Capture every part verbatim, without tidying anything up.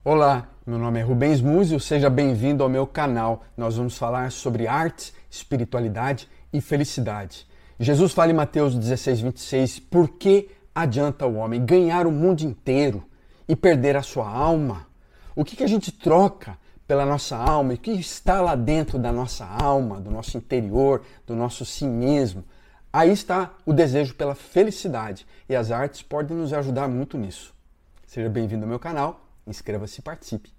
Olá, meu nome é Rubens Múzio, seja bem-vindo ao meu canal. Nós vamos falar sobre arte, espiritualidade e felicidade. Jesus fala em Mateus dezesseis, vinte e seis, por que adianta o homem ganhar o mundo inteiro e perder a sua alma? O que, que a gente troca pela nossa alma? E o que está lá dentro da nossa alma, do nosso interior, do nosso si mesmo? Aí está o desejo pela felicidade e as artes podem nos ajudar muito nisso. Seja bem-vindo ao meu canal. Inscreva-se e participe.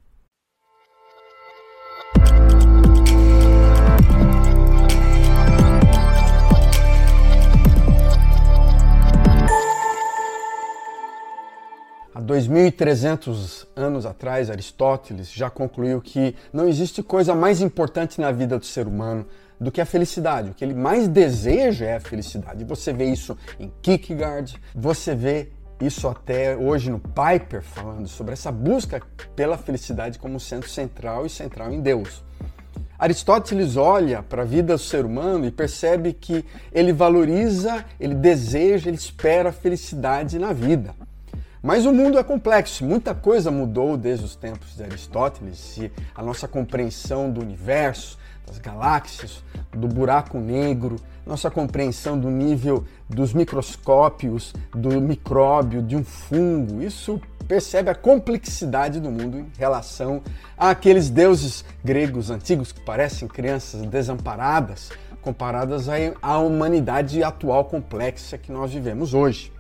Há dois mil e trezentos anos atrás, Aristóteles já concluiu que não existe coisa mais importante na vida do ser humano do que a felicidade. O que ele mais deseja é a felicidade. Você vê isso em Kierkegaard, você vê isso até hoje no Piper, falando sobre essa busca pela felicidade como sendo central e central em Deus. Aristóteles olha para a vida do ser humano e percebe que ele valoriza, ele deseja, ele espera a felicidade na vida. Mas o mundo é complexo, muita coisa mudou desde os tempos de Aristóteles e a nossa compreensão do universo, das galáxias, do buraco negro, nossa compreensão do nível dos microscópios, do micróbio, de um fungo. Isso percebe a complexidade do mundo em relação àqueles deuses gregos antigos que parecem crianças desamparadas, comparadas à humanidade atual complexa que nós vivemos hoje.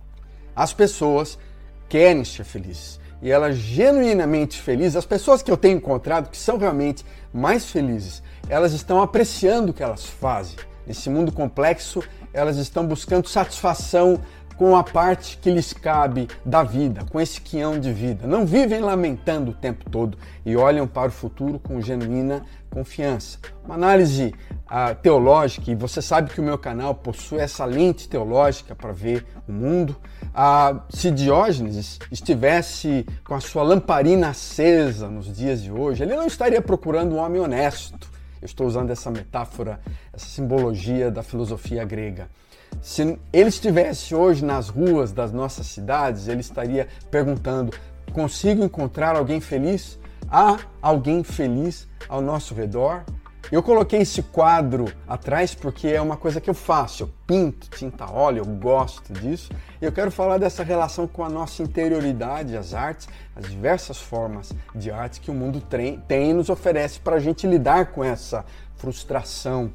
As pessoas querem ser felizes. E ela genuinamente feliz, as pessoas que eu tenho encontrado que são realmente mais felizes, elas estão apreciando o que elas fazem. Nesse mundo complexo, elas estão buscando satisfação com a parte que lhes cabe da vida, com esse quião de vida. Não vivem lamentando o tempo todo e olham para o futuro com genuína confiança. Uma análise uh, teológica, e você sabe que o meu canal possui essa lente teológica para ver o mundo. Uh, se Diógenes estivesse com a sua lamparina acesa nos dias de hoje, ele não estaria procurando um homem honesto. Eu estou usando essa metáfora, essa simbologia da filosofia grega. Se ele estivesse hoje nas ruas das nossas cidades, ele estaria perguntando: consigo encontrar alguém feliz? Há alguém feliz ao nosso redor? Eu coloquei esse quadro atrás porque é uma coisa que eu faço. Eu pinto, tinta óleo, eu gosto disso. E eu quero falar dessa relação com a nossa interioridade, as artes, as diversas formas de arte que o mundo tem e nos oferece para a gente lidar com essa frustração.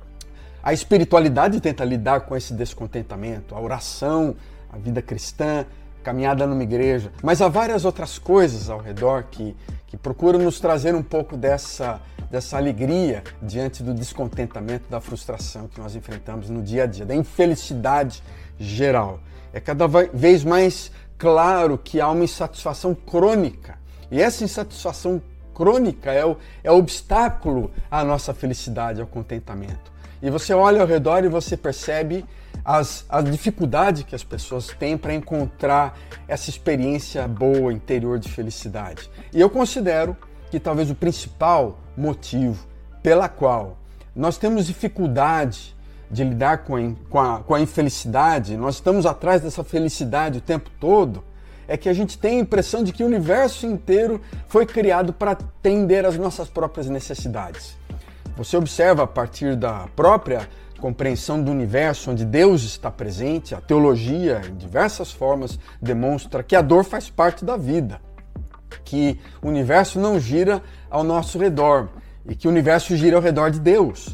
A espiritualidade tenta lidar com esse descontentamento, a oração, a vida cristã, caminhada numa igreja, mas há várias outras coisas ao redor que, que procuram nos trazer um pouco dessa, dessa alegria diante do descontentamento, da frustração que nós enfrentamos no dia a dia, da infelicidade geral. É cada vez mais claro que há uma insatisfação crônica, e essa insatisfação crônica é o, é o obstáculo à nossa felicidade, ao contentamento. E você olha ao redor e você percebe as, a dificuldade que as pessoas têm para encontrar essa experiência boa, interior de felicidade. E eu considero que talvez o principal motivo pela qual nós temos dificuldade de lidar com a, com a, com a infelicidade, nós estamos atrás dessa felicidade o tempo todo, é que a gente tem a impressão de que o universo inteiro foi criado para atender às nossas próprias necessidades. Você observa a partir da própria compreensão do universo, onde Deus está presente, a teologia, em diversas formas, demonstra que a dor faz parte da vida, que o universo não gira ao nosso redor e que o universo gira ao redor de Deus.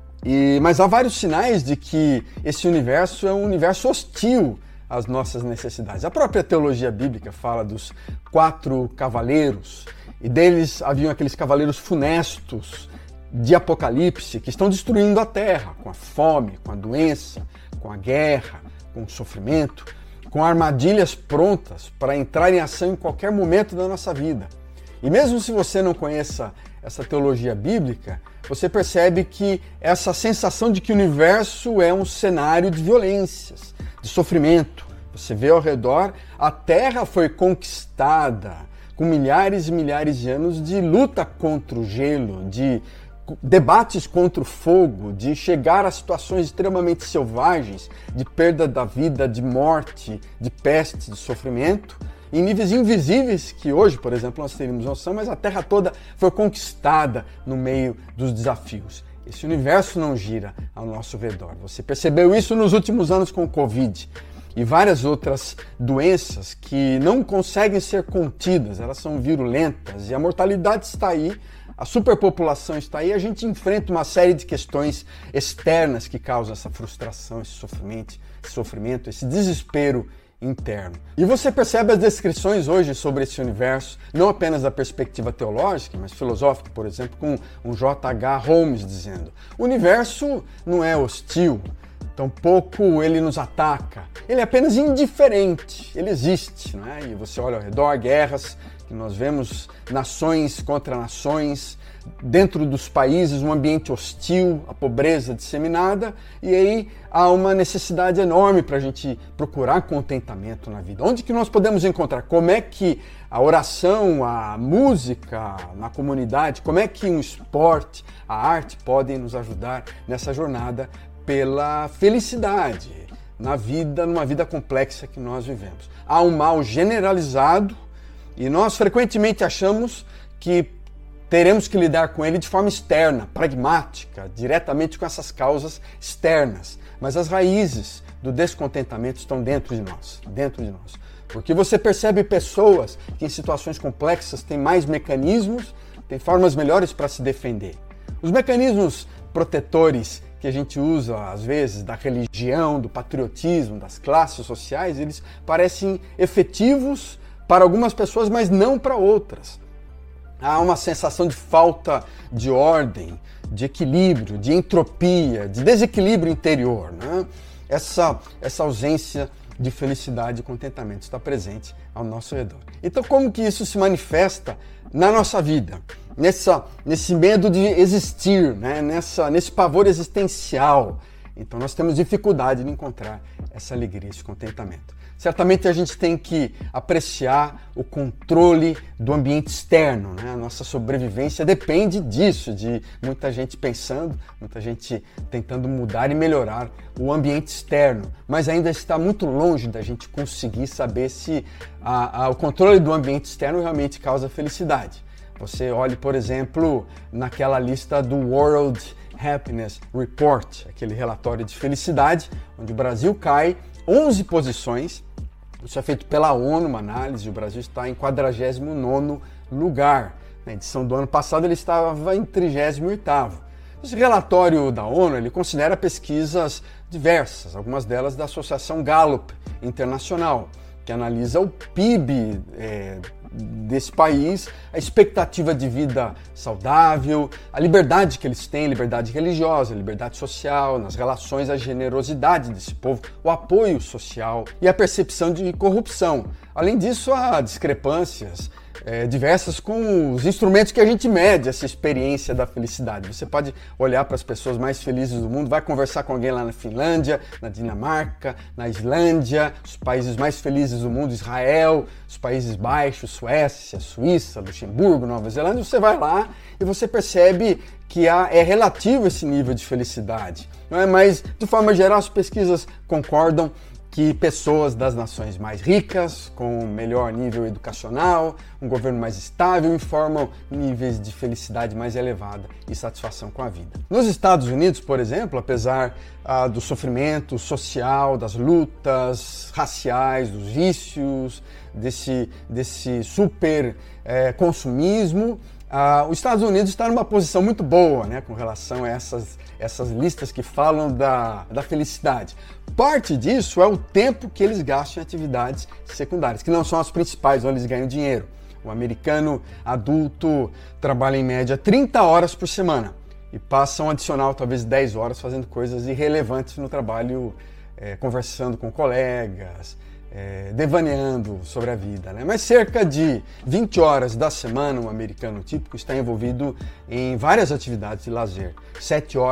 E, mas há vários sinais de que esse universo é um universo hostil às nossas necessidades. A própria teologia bíblica fala dos quatro cavaleiros, e deles haviam aqueles cavaleiros funestos, de Apocalipse, que estão destruindo a terra com a fome, com a doença, com a guerra, com o sofrimento, com armadilhas prontas para entrar em ação em qualquer momento da nossa vida. E mesmo se você não conheça essa teologia bíblica, você percebe que essa sensação de que o universo é um cenário de violências, de sofrimento. Você vê ao redor, a terra foi conquistada com milhares e milhares de anos de luta contra o gelo, de debates contra o fogo, de chegar a situações extremamente selvagens, de perda da vida, de morte, de peste, de sofrimento. em níveis invisíveis que hoje, por exemplo, nós teríamos noção, mas a Terra toda foi conquistada no meio dos desafios. Esse universo não gira ao nosso redor. Você percebeu isso nos últimos anos com o Covid e várias outras doenças que não conseguem ser contidas, elas são virulentas e a mortalidade está aí, a superpopulação está aí, a gente enfrenta uma série de questões externas que causam essa frustração, esse sofrimento, esse, sofrimento, esse desespero interno. E você percebe as descrições hoje sobre esse universo, não apenas da perspectiva teológica, mas filosófica, por exemplo, com um J H Holmes dizendo: o universo não é hostil, tampouco ele nos ataca, ele é apenas indiferente, ele existe, não é? E você olha ao redor, guerras, que nós vemos nações contra nações, dentro dos países um ambiente hostil, a pobreza disseminada, e aí há uma necessidade enorme para a gente procurar contentamento na vida. Onde que nós podemos encontrar? Como é que a oração, a música na comunidade, como é que um esporte, a arte podem nos ajudar nessa jornada pela felicidade na vida, numa vida complexa que nós vivemos? Há um mal generalizado e nós frequentemente achamos que teremos que lidar com ele de forma externa, pragmática, diretamente com essas causas externas. Mas as raízes do descontentamento estão dentro de nós, dentro de nós. Porque você percebe pessoas que em situações complexas têm mais mecanismos, têm formas melhores para se defender. Os mecanismos protetores que a gente usa, às vezes, da religião, do patriotismo, das classes sociais, eles parecem efetivos para algumas pessoas, mas não para outras. Há uma sensação de falta de ordem, de equilíbrio, de entropia, de desequilíbrio interior, né? Essa, essa ausência de felicidade e contentamento está presente ao nosso redor. Então, como que isso se manifesta na nossa vida? Nessa, nesse medo de existir, né? Nessa, nesse pavor existencial. Então, nós temos dificuldade de encontrar essa alegria, esse contentamento. Certamente a gente tem que apreciar o controle do ambiente externo, né? A nossa sobrevivência depende disso, de muita gente pensando, muita gente tentando mudar e melhorar o ambiente externo, mas ainda está muito longe da gente conseguir saber se a, a, o controle do ambiente externo realmente causa felicidade. Você olhe, por exemplo, naquela lista do World Happiness Report, aquele relatório de felicidade, onde o Brasil cai onze posições. Isso é feito pela ONU, uma análise, o Brasil está em quadragésimo nono lugar. Na edição do ano passado ele estava em trigésimo oitavo. Esse relatório da ONU ele considera pesquisas diversas, algumas delas da Associação Gallup Internacional, que analisa o P I B é, desse país, a expectativa de vida saudável, a liberdade que eles têm, liberdade religiosa, liberdade social, nas relações, a generosidade desse povo, o apoio social e a percepção de corrupção. Além disso, há discrepâncias é, diversas com os instrumentos que a gente mede essa experiência da felicidade. Você pode olhar para as pessoas mais felizes do mundo, vai conversar com alguém lá na Finlândia, na Dinamarca, na Islândia, os países mais felizes do mundo, Israel, os Países Baixos, Suécia, Suíça, Luxemburgo, Nova Zelândia. Você vai lá e você percebe que há, é relativo esse nível de felicidade, não é? Mas, de forma geral, as pesquisas concordam que pessoas das nações mais ricas, com melhor nível educacional, um governo mais estável, informam níveis de felicidade mais elevada e satisfação com a vida. Nos Estados Unidos, por exemplo, apesar ah, do sofrimento social, das lutas raciais, dos vícios, desse, desse super eh, consumismo, ah, os Estados Unidos está numa posição muito boa, né, com relação a essas, essas listas que falam da, da felicidade. Parte disso é o tempo que eles gastam em atividades secundárias, que não são as principais, onde eles ganham dinheiro. O americano adulto trabalha em média trinta horas por semana e passa um adicional, talvez dez horas, fazendo coisas irrelevantes no trabalho, é, conversando com colegas, é, devaneando sobre a vida, né? Mas cerca de vinte horas da semana, um americano típico está envolvido em várias atividades de lazer. sete horas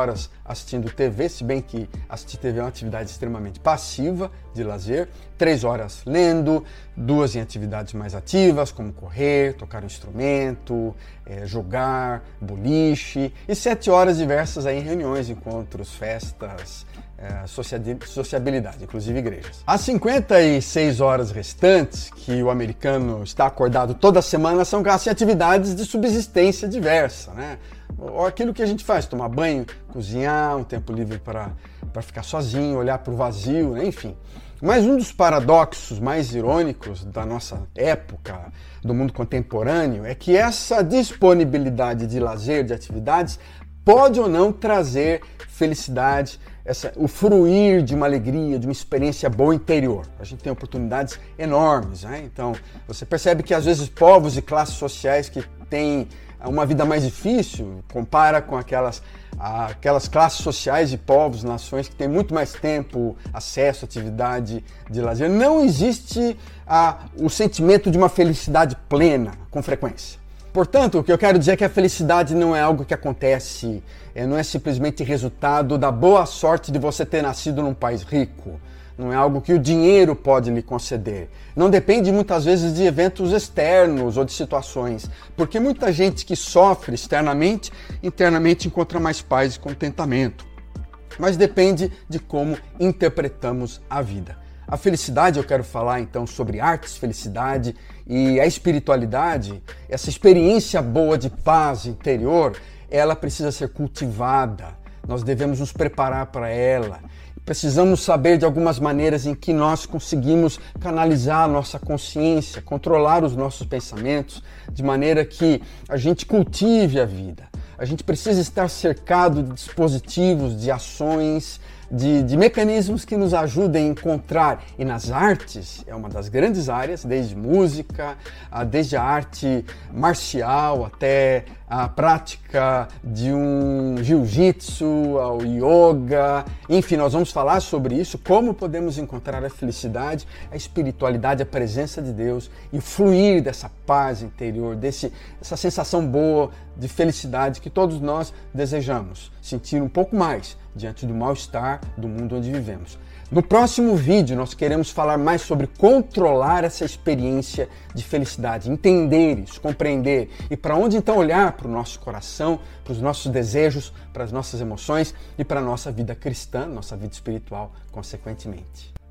assistindo T V, se bem que assistir T V é uma atividade extremamente passiva de lazer, três horas lendo, duas em atividades mais ativas, como correr, tocar um instrumento, é, jogar, boliche, e sete horas diversas aí em reuniões, encontros, festas, é, sociabilidade, inclusive igrejas. As cinquenta e seis horas restantes que o americano está acordado toda semana são gastas em atividades de subsistência diversa, né? Ou aquilo que a gente faz, tomar banho, cozinhar, um tempo livre para para ficar sozinho, olhar para o vazio, né? Enfim. Mas um dos paradoxos mais irônicos da nossa época, do mundo contemporâneo, é que essa disponibilidade de lazer, de atividades, pode ou não trazer felicidade, essa, o fruir de uma alegria, de uma experiência boa interior. A gente tem oportunidades enormes, né? Então, você percebe que às vezes povos e classes sociais que têm uma vida mais difícil, compara com aquelas, aquelas classes sociais e povos, nações que têm muito mais tempo, acesso, atividade de lazer. Não existe a, o sentimento de uma felicidade plena com frequência. Portanto, o que eu quero dizer é que a felicidade não é algo que acontece, é, não é simplesmente resultado da boa sorte de você ter nascido num país rico. Não é algo que o dinheiro pode lhe conceder. Não depende muitas vezes de eventos externos ou de situações, porque muita gente que sofre externamente, internamente encontra mais paz e contentamento. Mas depende de como interpretamos a vida. A felicidade, eu quero falar então sobre artes, felicidade e a espiritualidade, essa experiência boa de paz interior, ela precisa ser cultivada. Nós devemos nos preparar para ela. Precisamos saber de algumas maneiras em que nós conseguimos canalizar a nossa consciência, controlar os nossos pensamentos, de maneira que a gente cultive a vida. A gente precisa estar cercado de dispositivos, de ações, de, de mecanismos que nos ajudem a encontrar. E nas artes é uma das grandes áreas, desde música, desde a arte marcial até a prática de um jiu-jitsu, ao yoga. Enfim, nós vamos falar sobre isso, como podemos encontrar a felicidade, a espiritualidade, a presença de Deus e fluir dessa paz interior, desse, dessa sensação boa de felicidade que todos nós desejamos, sentir um pouco mais diante do mal-estar do mundo onde vivemos. No próximo vídeo, nós queremos falar mais sobre controlar essa experiência de felicidade, entender isso, compreender e para onde então olhar para o nosso coração, para os nossos desejos, para as nossas emoções e para a nossa vida cristã, nossa vida espiritual, consequentemente.